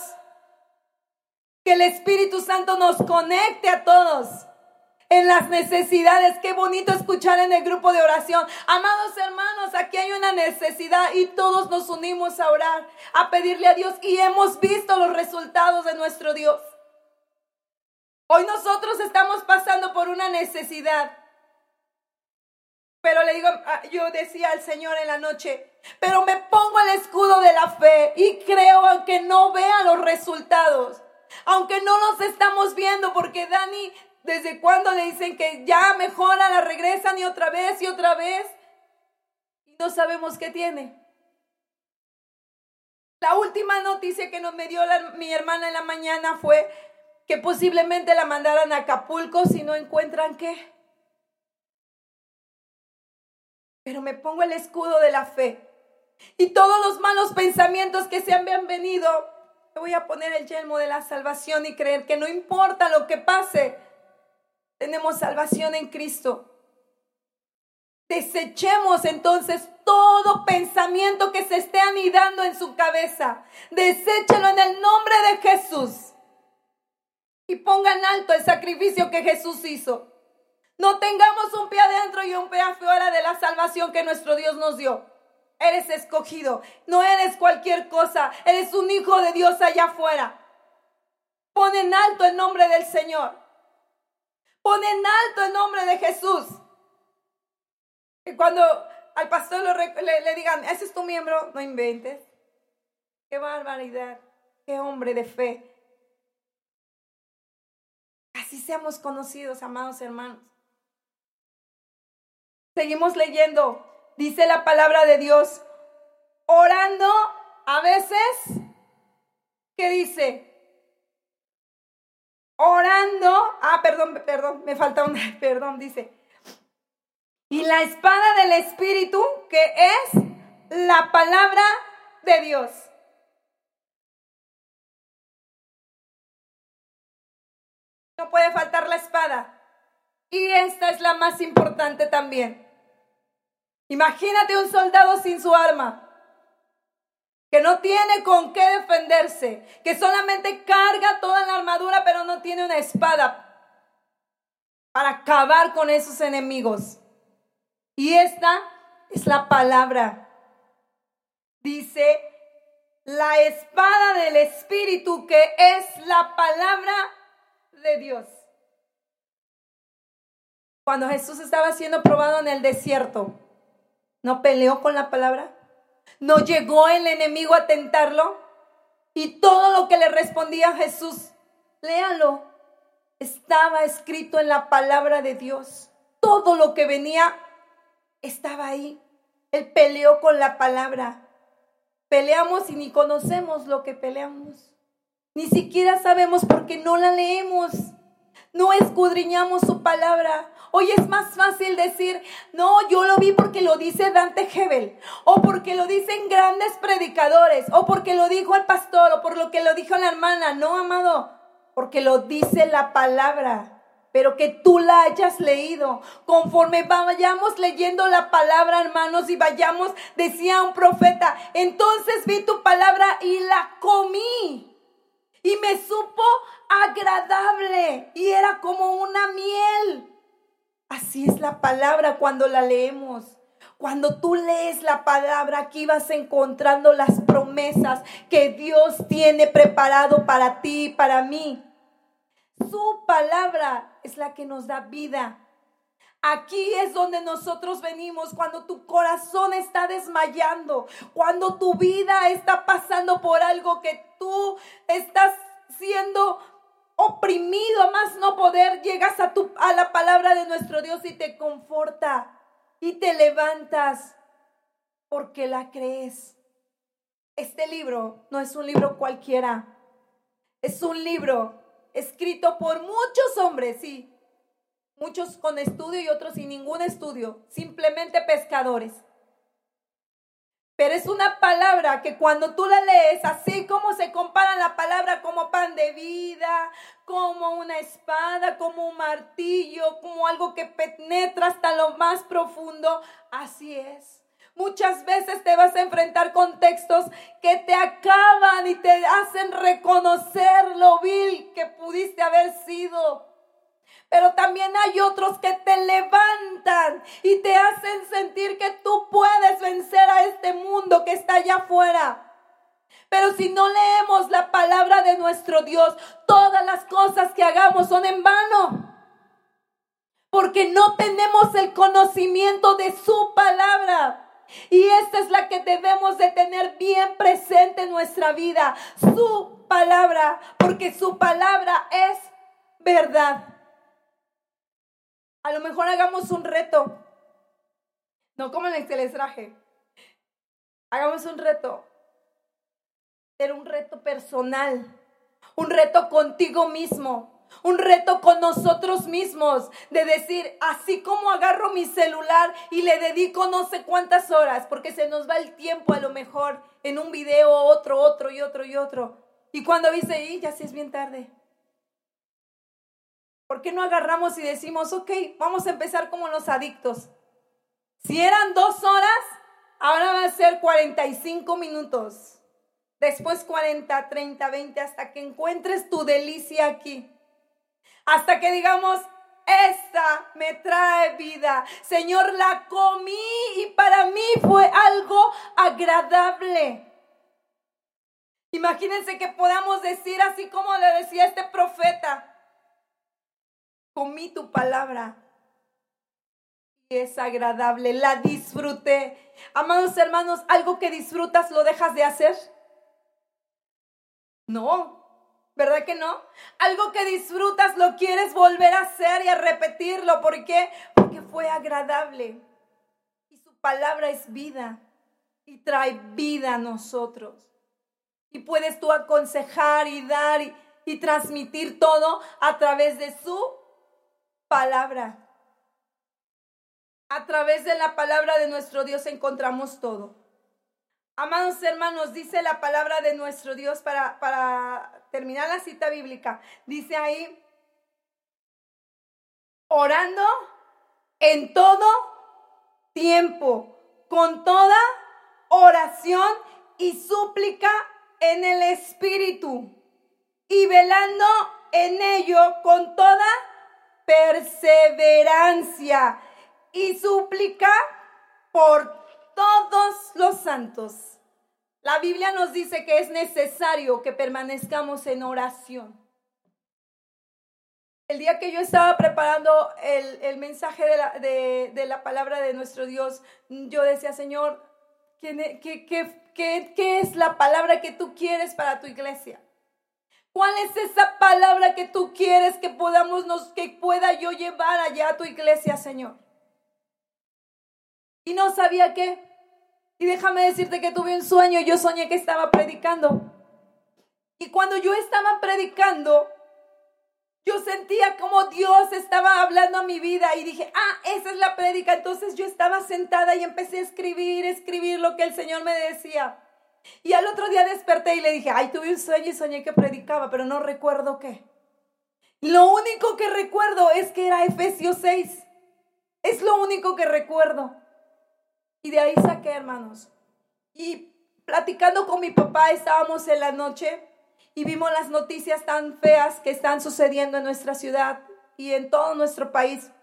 S1: Que el Espíritu Santo nos conecte a todos en las necesidades. Qué bonito escuchar en el grupo de oración: amados hermanos, aquí hay una necesidad, y todos nos unimos a orar, a pedirle a Dios, y hemos visto los resultados de nuestro Dios. Hoy nosotros estamos pasando por una necesidad. Pero le digo, yo decía al Señor en la noche, pero me pongo el escudo de la fe y creo, aunque no vea los resultados, aunque no los estamos viendo, porque Dani, ¿desde cuándo le dicen que ya mejora, la regresan y otra vez y otra vez? Y no sabemos qué tiene. La última noticia que me dio mi hermana en la mañana fue que posiblemente la mandaran a Acapulco si no encuentran qué. Pero me pongo el escudo de la fe. Y todos los malos pensamientos que se han venido, me voy a poner el yelmo de la salvación y creer que no importa lo que pase, tenemos salvación en Cristo. Desechemos entonces todo pensamiento que se esté anidando en su cabeza. Deséchelo en el nombre de Jesús. Y pongan alto el sacrificio que Jesús hizo. No tengamos un pie adentro y un pie afuera de la salvación que nuestro Dios nos dio. Eres escogido, no eres cualquier cosa, eres un hijo de Dios allá afuera. Pon en alto el nombre del Señor. Pon en alto el nombre de Jesús. Y cuando al pastor le digan, ese es tu miembro, no inventes. Qué barbaridad, qué hombre de fe. Así seamos conocidos, amados hermanos. Seguimos leyendo. Dice la palabra de Dios, orando a veces, ¿qué dice? Orando, perdón, me falta una, perdón, dice. Y la espada del Espíritu, que es la palabra de Dios. No puede faltar la espada. Y esta es la más importante también. Imagínate un soldado sin su arma, que no tiene con qué defenderse, que solamente carga toda la armadura, pero no tiene una espada para acabar con esos enemigos. Y esta es la palabra. Dice, la espada del Espíritu, que es la palabra de Dios. Cuando Jesús estaba siendo probado en el desierto, ¿no peleó con la palabra? ¿No llegó el enemigo a tentarlo? Y todo lo que le respondía a Jesús, léalo, estaba escrito en la palabra de Dios. Todo lo que venía estaba ahí. Él peleó con la palabra. Peleamos y ni conocemos lo que peleamos. Ni siquiera sabemos porque no la leemos. No escudriñamos su palabra. Hoy es más fácil decir, no, yo lo vi porque lo dice Dante Gebel, o porque lo dicen grandes predicadores, o porque lo dijo el pastor, o por lo que lo dijo la hermana. No, amado, porque lo dice la palabra, pero que tú la hayas leído. Conforme vayamos leyendo la palabra, hermanos, y vayamos, decía un profeta, entonces vi tu palabra y la comí. Y me supo agradable y era como una miel. Así es la palabra cuando la leemos. Cuando tú lees la palabra, aquí vas encontrando las promesas que Dios tiene preparado para ti y para mí. Su palabra es la que nos da vida. Aquí es donde nosotros venimos cuando tu corazón está desmayando, cuando tu vida está pasando por algo que tú estás siendo oprimido a más no poder. Llegas a la palabra de nuestro Dios y te conforta y te levantas porque la crees. Este libro no es un libro cualquiera, es un libro escrito por muchos hombres, sí. Muchos con estudio y otros sin ningún estudio, simplemente pescadores. Pero es una palabra que cuando tú la lees, así como se compara la palabra como pan de vida, como una espada, como un martillo, como algo que penetra hasta lo más profundo, así es. Muchas veces te vas a enfrentar con textos que te acaban y te hacen reconocer lo vil que pudiste haber sido. Pero también hay otros que te levantan y te hacen sentir que tú puedes vencer a este mundo que está allá afuera. Pero si no leemos la palabra de nuestro Dios, todas las cosas que hagamos son en vano. Porque no tenemos el conocimiento de su palabra. Y esta es la que debemos de tener bien presente en nuestra vida. Su palabra, porque su palabra es verdad. A lo mejor hagamos un reto. No como el que les traje. Hagamos un reto. Era un reto personal. Un reto contigo mismo. Un reto con nosotros mismos. De decir, así como agarro mi celular y le dedico no sé cuántas horas. Porque se nos va el tiempo a lo mejor en un video, otro y otro. Y cuando dice, ya sí es bien tarde. ¿Por qué no agarramos y decimos, ok, vamos a empezar como los adictos? Si eran 2 horas, ahora va a ser 45 minutos. Después 40, 30, 20, hasta que encuentres tu delicia aquí. Hasta que digamos, esta me trae vida. Señor, la comí y para mí fue algo agradable. Imagínense que podamos decir así como le decía este profeta. Comí tu palabra y es agradable, la disfruté. Amados hermanos, ¿algo que disfrutas lo dejas de hacer? No, ¿verdad que no? Algo que disfrutas lo quieres volver a hacer y a repetirlo. ¿Por qué? Porque fue agradable. Y su palabra es vida y trae vida a nosotros. Y puedes tú aconsejar y dar y transmitir todo a través de su palabra. A través de la palabra de nuestro Dios encontramos todo. Amados hermanos, dice la palabra de nuestro Dios para terminar la cita bíblica. Dice ahí, orando en todo tiempo, con toda oración y súplica en el Espíritu, y velando en ello con toda perseverancia y súplica por todos los santos. La Biblia nos dice que es necesario que permanezcamos en oración. El día que yo estaba preparando el mensaje de la palabra de nuestro Dios, yo decía, Señor, ¿qué es la palabra que tú quieres para tu iglesia? ¿Cuál es esa palabra que tú quieres que pueda yo llevar allá a tu iglesia, Señor? Y no sabía qué. Y déjame decirte que tuve un sueño. Yo soñé que estaba predicando. Y cuando yo estaba predicando, yo sentía como Dios estaba hablando a mi vida. Y dije, esa es la prédica. Entonces yo estaba sentada y empecé a escribir lo que el Señor me decía. Y al otro día desperté y le dije, tuve un sueño y soñé que predicaba, pero no recuerdo qué. Lo único que recuerdo es que era Efesios 6. Es lo único que recuerdo. Y de ahí saqué, hermanos. Y platicando con mi papá, estábamos en la noche y vimos las noticias tan feas que están sucediendo en nuestra ciudad y en todo nuestro país.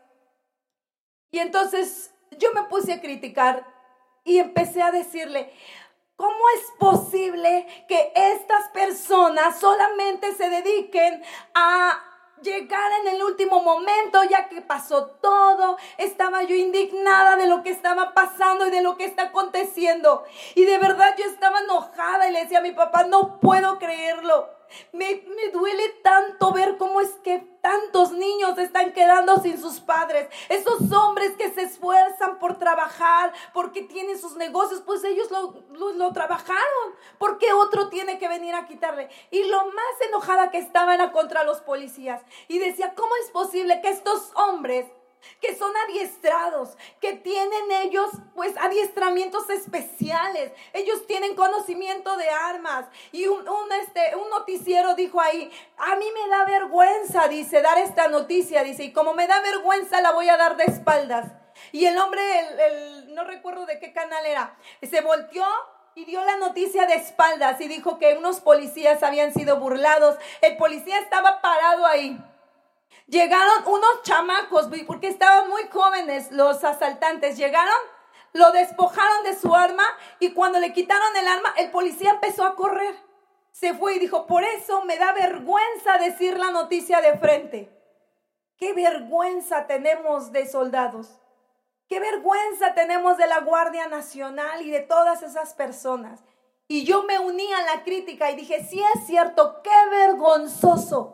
S1: Y entonces yo me puse a criticar y empecé a decirle, ¿cómo es posible que estas personas solamente se dediquen a llegar en el último momento, ya que pasó todo? Estaba yo indignada de lo que estaba pasando y de lo que está aconteciendo. Y de verdad yo estaba enojada y le decía a mi papá, no puedo creerlo. Me duele tanto ver cómo es que tantos niños están quedando sin sus padres. Esos hombres que se esfuerzan por trabajar, porque tienen sus negocios, pues ellos lo trabajaron. ¿Por qué otro tiene que venir a quitarle? Y lo más enojada que estaba era contra los policías. Y decía, ¿cómo es posible que estos hombres que son adiestrados, que tienen ellos pues adiestramientos especiales, ellos tienen conocimiento de armas? Y un noticiero dijo ahí, a mí me da vergüenza, dice, dar esta noticia, dice, y como me da vergüenza la voy a dar de espaldas. Y el hombre, no recuerdo de qué canal era, se volteó y dio la noticia de espaldas y dijo que unos policías habían sido burlados. El policía estaba parado ahí. Llegaron unos chamacos, porque estaban muy jóvenes los asaltantes. Llegaron, lo despojaron de su arma y cuando le quitaron el arma, el policía empezó a correr. Se fue y dijo, por eso me da vergüenza decir la noticia de frente. Qué vergüenza tenemos de soldados. Qué vergüenza tenemos de la Guardia Nacional y de todas esas personas. Y yo me uní a la crítica y dije, sí es cierto, qué vergonzoso.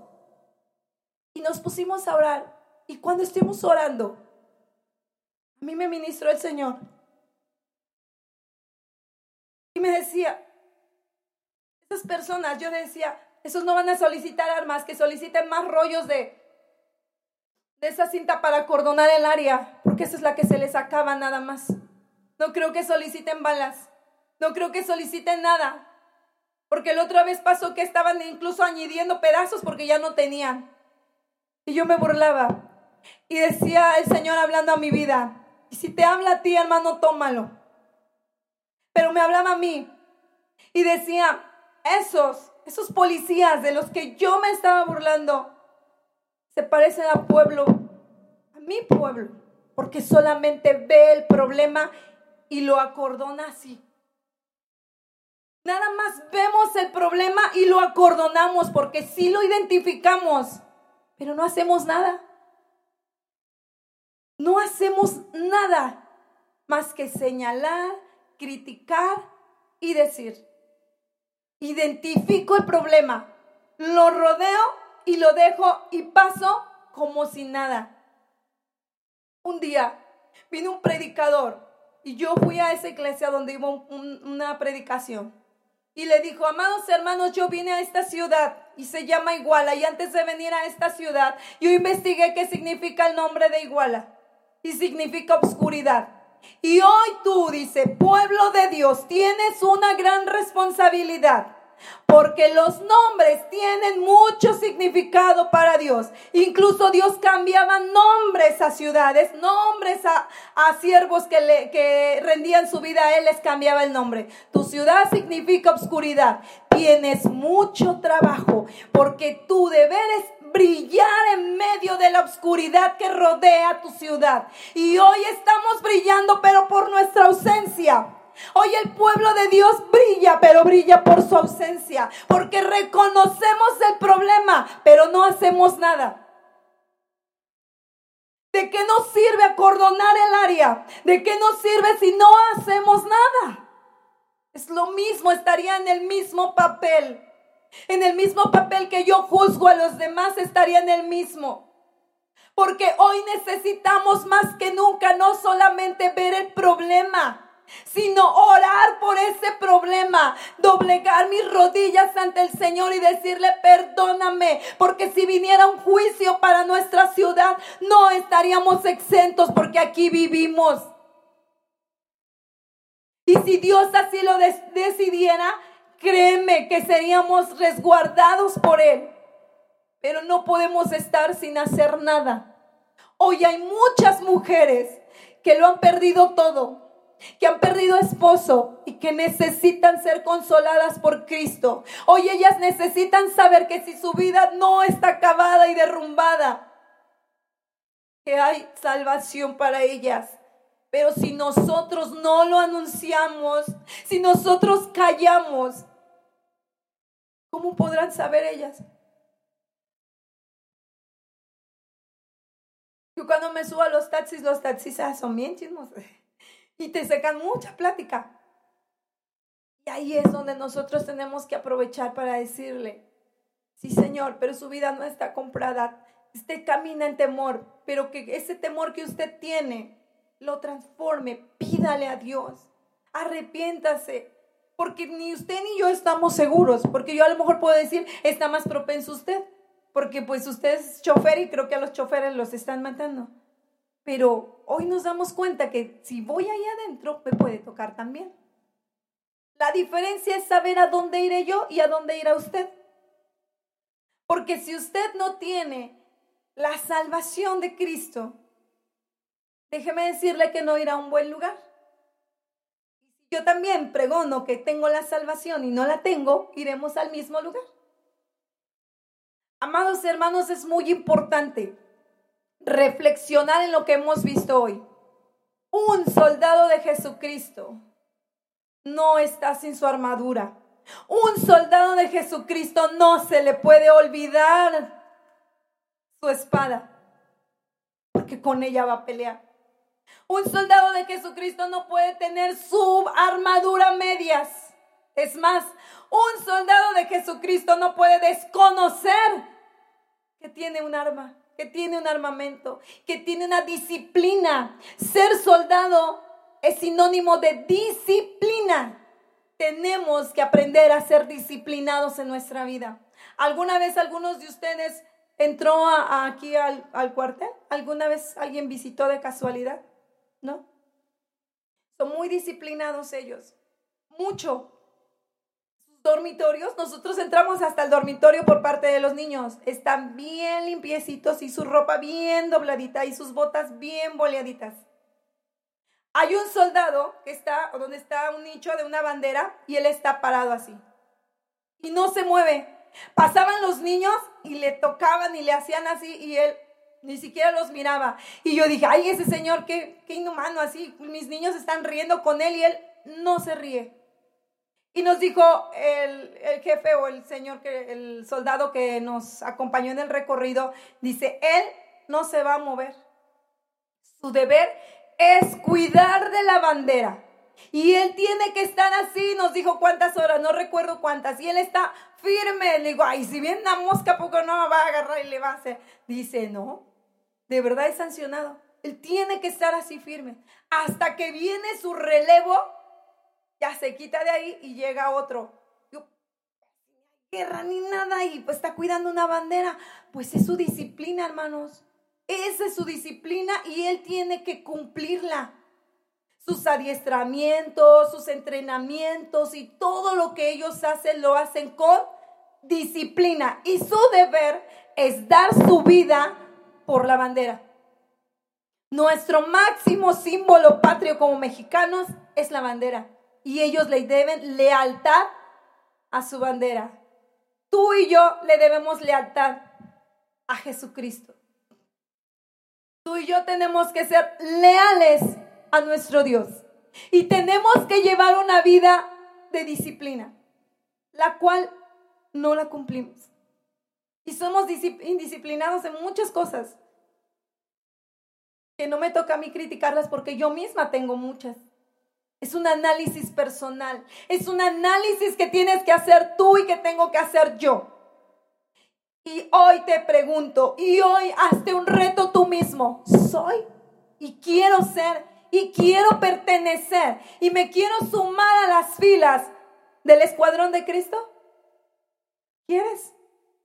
S1: Y nos pusimos a orar. Y cuando estuvimos orando, a mí me ministró el Señor. Y me decía, esas personas, yo decía, esos no van a solicitar armas, que soliciten más rollos de esa cinta para acordonar el área, porque esa es la que se les acaba nada más. No creo que soliciten balas. No creo que soliciten nada. Porque la otra vez pasó que estaban incluso añadiendo pedazos porque ya no tenían. Y yo me burlaba. Y decía el Señor hablando a mi vida, y si te habla a ti, hermano, tómalo. Pero me hablaba a mí. Y decía, esos policías de los que yo me estaba burlando, se parecen a mi pueblo. Porque solamente ve el problema y lo acordona así. Nada más vemos el problema y lo acordonamos porque sí lo identificamos. Pero no hacemos nada. No hacemos nada más que señalar, criticar y decir. Identifico el problema, lo rodeo y lo dejo y paso como si nada. Un día vino un predicador y yo fui a esa iglesia donde iba una predicación. Y le dijo, amados hermanos, yo vine a esta ciudad y se llama Iguala. Y antes de venir a esta ciudad, yo investigué qué significa el nombre de Iguala. Y significa obscuridad. Y hoy tú, dice, pueblo de Dios, tienes una gran responsabilidad. Porque los nombres tienen mucho significado para Dios. Incluso Dios cambiaba nombres a ciudades, nombres a siervos que rendían su vida a Él, les cambiaba el nombre. Tu ciudad significa oscuridad. Tienes mucho trabajo porque tú debes brillar en medio de la oscuridad que rodea tu ciudad. Y hoy estamos brillando, pero por nuestra ausencia. Hoy el pueblo de Dios brilla, pero brilla por su ausencia, porque reconocemos el problema, pero no hacemos nada. ¿De qué nos sirve acordonar el área? ¿De qué nos sirve si no hacemos nada? Es lo mismo, estaría en el mismo papel. En el mismo papel que yo juzgo a los demás, estaría en el mismo. Porque hoy necesitamos más que nunca no solamente ver el problema, sino orar por ese problema, doblegar mis rodillas ante el Señor y decirle: perdóname, porque si viniera un juicio para nuestra ciudad, no estaríamos exentos, porque aquí vivimos. Y si Dios así lo decidiera, créeme que seríamos resguardados por Él. Pero no podemos estar sin hacer nada. Hoy hay muchas mujeres que lo han perdido todo, que han perdido esposo y que necesitan ser consoladas por Cristo. Hoy ellas necesitan saber que si su vida no está acabada y derrumbada, que hay salvación para ellas. Pero si nosotros no lo anunciamos, si nosotros callamos, ¿cómo podrán saber ellas? Yo cuando me subo a los taxis son bien chismosos y te sacan mucha plática. Y ahí es donde nosotros tenemos que aprovechar para decirle: sí, Señor, pero su vida no está comprada. Usted camina en temor, pero que ese temor que usted tiene lo transforme. Pídale a Dios, arrepiéntase, porque ni usted ni yo estamos seguros. Porque yo a lo mejor puedo decir: está más propenso usted, porque pues usted es chofer y creo que a los choferes los están matando. Pero hoy nos damos cuenta que si voy ahí adentro, me puede tocar también. La diferencia es saber a dónde iré yo y a dónde irá usted. Porque si usted no tiene la salvación de Cristo, déjeme decirle que no irá a un buen lugar. Y si yo también pregono que tengo la salvación y no la tengo, iremos al mismo lugar. Amados hermanos, es muy importante reflexionar en lo que hemos visto hoy. Un soldado de Jesucristo no está sin su armadura. Un soldado de Jesucristo no se le puede olvidar su espada, porque con ella va a pelear. Un soldado de Jesucristo no puede tener su armadura a medias. Es más, un soldado de Jesucristo no puede desconocer que tiene un arma, que tiene un armamento, que tiene una disciplina. Ser soldado es sinónimo de disciplina. Tenemos que aprender a ser disciplinados en nuestra vida. ¿Alguna vez algunos de ustedes entró aquí al cuartel? ¿Alguna vez alguien visitó de casualidad? ¿No? Son muy disciplinados ellos. Mucho. Sus dormitorios, nosotros entramos hasta el dormitorio por parte de los niños. Están bien limpiecitos y su ropa bien dobladita y sus botas bien boleaditas. Hay un soldado que está donde está un nicho de una bandera y él está parado así. Y no se mueve. Pasaban los niños y le tocaban y le hacían así y él ni siquiera los miraba. Y yo dije: ay, ese señor, qué inhumano así. Mis niños están riendo con él y él no se ríe. Y nos dijo el jefe o el soldado que nos acompañó en el recorrido, dice: él no se va a mover. Su deber es cuidar de la bandera. Y él tiene que estar así. Nos dijo cuántas horas, no recuerdo cuántas. Y él está firme. Le digo: ay, si viene una mosca, ¿poco no va a agarrar y le va a hacer? Dice: no, de verdad es sancionado. Él tiene que estar así firme. Hasta que viene su relevo, ya se quita de ahí y llega otro. Yo, guerra ni nada, y pues está cuidando una bandera. Pues es su disciplina, hermanos. Esa es su disciplina y él tiene que cumplirla. sus adiestramientos, sus entrenamientos y todo lo que ellos hacen, lo hacen con disciplina. Y su deber es dar su vida por la bandera. Nuestro máximo símbolo patrio como mexicanos es la bandera. Y ellos le deben lealtad a su bandera. Tú y yo le debemos lealtad a Jesucristo. Tú y yo tenemos que ser leales a nuestro Dios. Y tenemos que llevar una vida de disciplina, la cual no la cumplimos. Y somos indisciplinados en muchas cosas, que no me toca a mí criticarlas porque yo misma tengo muchas. Es un análisis personal, es un análisis que tienes que hacer tú y que tengo que hacer yo. Y hoy te pregunto, y hoy hazte un reto tú mismo. ¿Soy? Y quiero ser, y quiero pertenecer, y me quiero sumar a las filas del escuadrón de Cristo. ¿Quieres?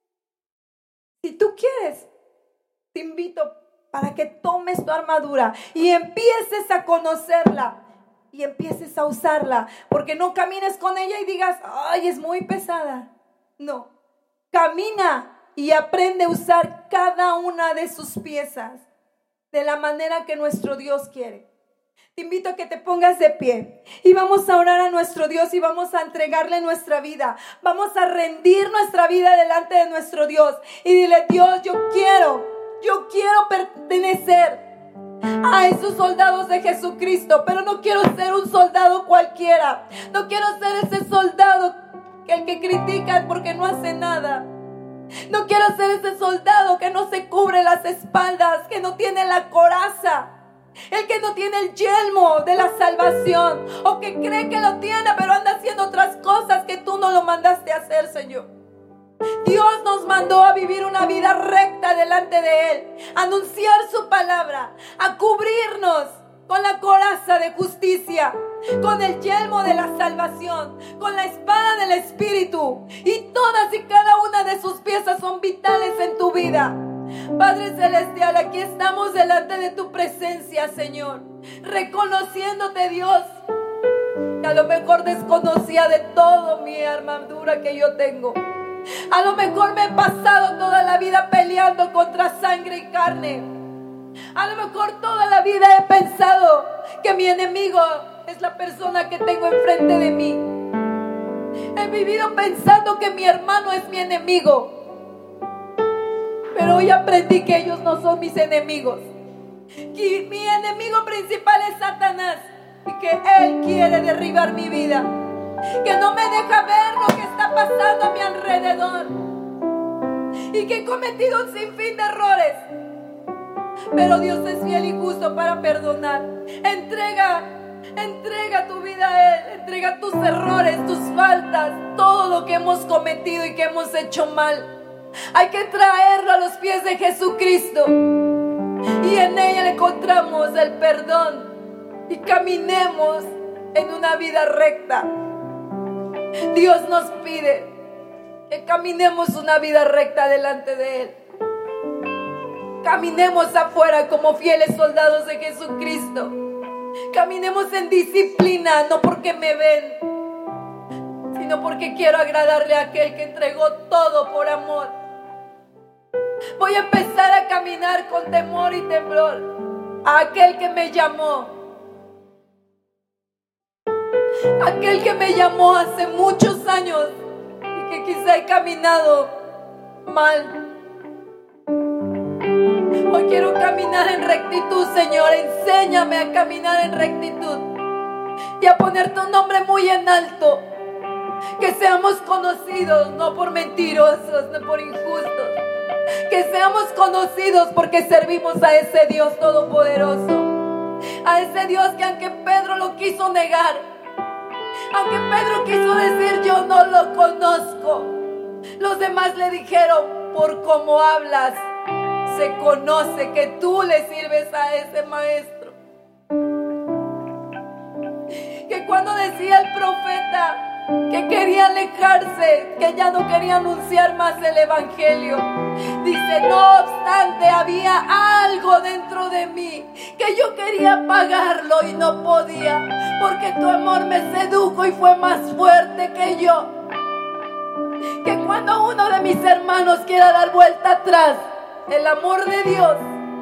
S1: Si tú quieres, te invito para que tomes tu armadura y empieces a conocerla y empieces a usarla, porque no camines con ella y digas, ay, es muy pesada. No, camina y aprende a usar cada una de sus piezas de la manera que nuestro Dios quiere. Te invito a que te pongas de pie y vamos a orar a nuestro Dios y vamos a entregarle nuestra vida. Vamos a rendir nuestra vida delante de nuestro Dios y dile, Dios, yo quiero pertenecer a esos soldados de Jesucristo, pero no quiero ser un soldado cualquiera. No quiero ser ese soldado el que critican porque no hace nada. No quiero ser ese soldado que no se cubre las espaldas, que no tiene la coraza, el que no tiene el yelmo de la salvación, o que cree que lo tiene pero anda haciendo otras cosas que tú no lo mandaste a hacer, Señor. Dios nos mandó a vivir una vida recta delante de Él, a anunciar su palabra, a cubrirnos con la coraza de justicia, con el yelmo de la salvación, con la espada del Espíritu, y todas y cada una de sus piezas son vitales en tu vida. Padre Celestial, aquí estamos delante de tu presencia, Señor, reconociéndote, Dios, que a lo mejor desconocía de todo mi armadura que yo tengo. A lo mejor me he pasado toda la vida peleando contra sangre y carne. A lo mejor toda la vida he pensado que mi enemigo es la persona que tengo enfrente de mí. He vivido pensando que mi hermano es mi enemigo. Pero hoy aprendí que ellos no son mis enemigos. Que mi enemigo principal es Satanás y que él quiere derribar mi vida. Que no me deja ver lo que está pasando a mi alrededor. Y que he cometido un sinfín de errores. Pero Dios es fiel y justo para perdonar. Entrega tu vida a Él. Entrega tus errores, tus faltas, todo lo que hemos cometido y que hemos hecho mal. Hay que traerlo a los pies de Jesucristo. Y en ella encontramos el perdón. Y caminemos en una vida recta. Dios nos pide que caminemos una vida recta delante de Él. Caminemos afuera como fieles soldados de Jesucristo. Caminemos en disciplina, no porque me ven, sino porque quiero agradarle a aquel que entregó todo por amor. Voy a empezar a caminar con temor y temblor a aquel que me llamó. Aquel que me llamó hace muchos años y que quizá he caminado mal. Hoy quiero caminar en rectitud, Señor. Enséñame a caminar en rectitud y a poner tu nombre muy en alto. Que seamos conocidos no por mentirosos, no por injustos. Que seamos conocidos porque servimos a ese Dios todopoderoso. A ese Dios que aunque Pedro lo quiso negar, aunque Pedro quiso decir yo no lo conozco, los demás le dijeron, por cómo hablas, se conoce que tú le sirves a ese maestro. Que cuando decía el profeta, que quería alejarse, que ya no quería anunciar más el evangelio. Dice, no obstante, había algo dentro de mí que yo quería apagarlo y no podía, porque tu amor me sedujo y fue más fuerte que yo. Que cuando uno de mis hermanos quiera dar vuelta atrás, el amor de Dios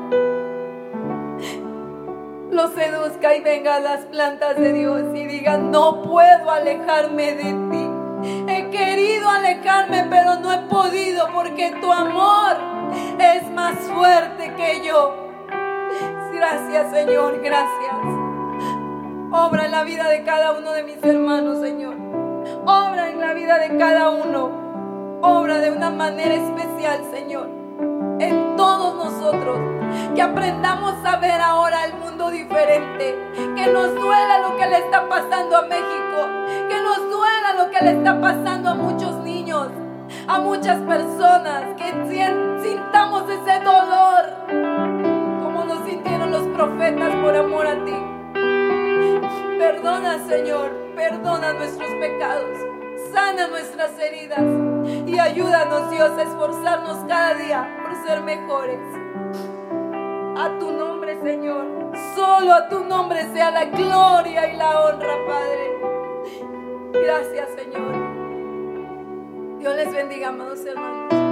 S1: lo seduzca y venga a las plantas de Dios y diga, no puedo alejarme de ti. He querido alejarme, pero no he podido, porque tu amor es más fuerte que yo. Gracias, Señor, gracias. Obra en la vida de cada uno de mis hermanos, Señor. Obra en la vida de cada uno. Obra de una manera especial, Señor, en todos nosotros. Que aprendamos a ver ahora el mundo diferente. Que nos duela lo que le está pasando a México. Que nos duela lo que le está pasando a muchos niños, a muchas personas. Que sintamos ese dolor como lo sintieron los profetas por amor a ti. Perdona, Señor, perdona nuestros pecados. Sana nuestras heridas y ayúdanos, Dios, a esforzarnos cada día por ser mejores. A tu nombre, Señor, solo a tu nombre sea la gloria y la honra, Padre. Gracias, Señor. Dios les bendiga, amados hermanos.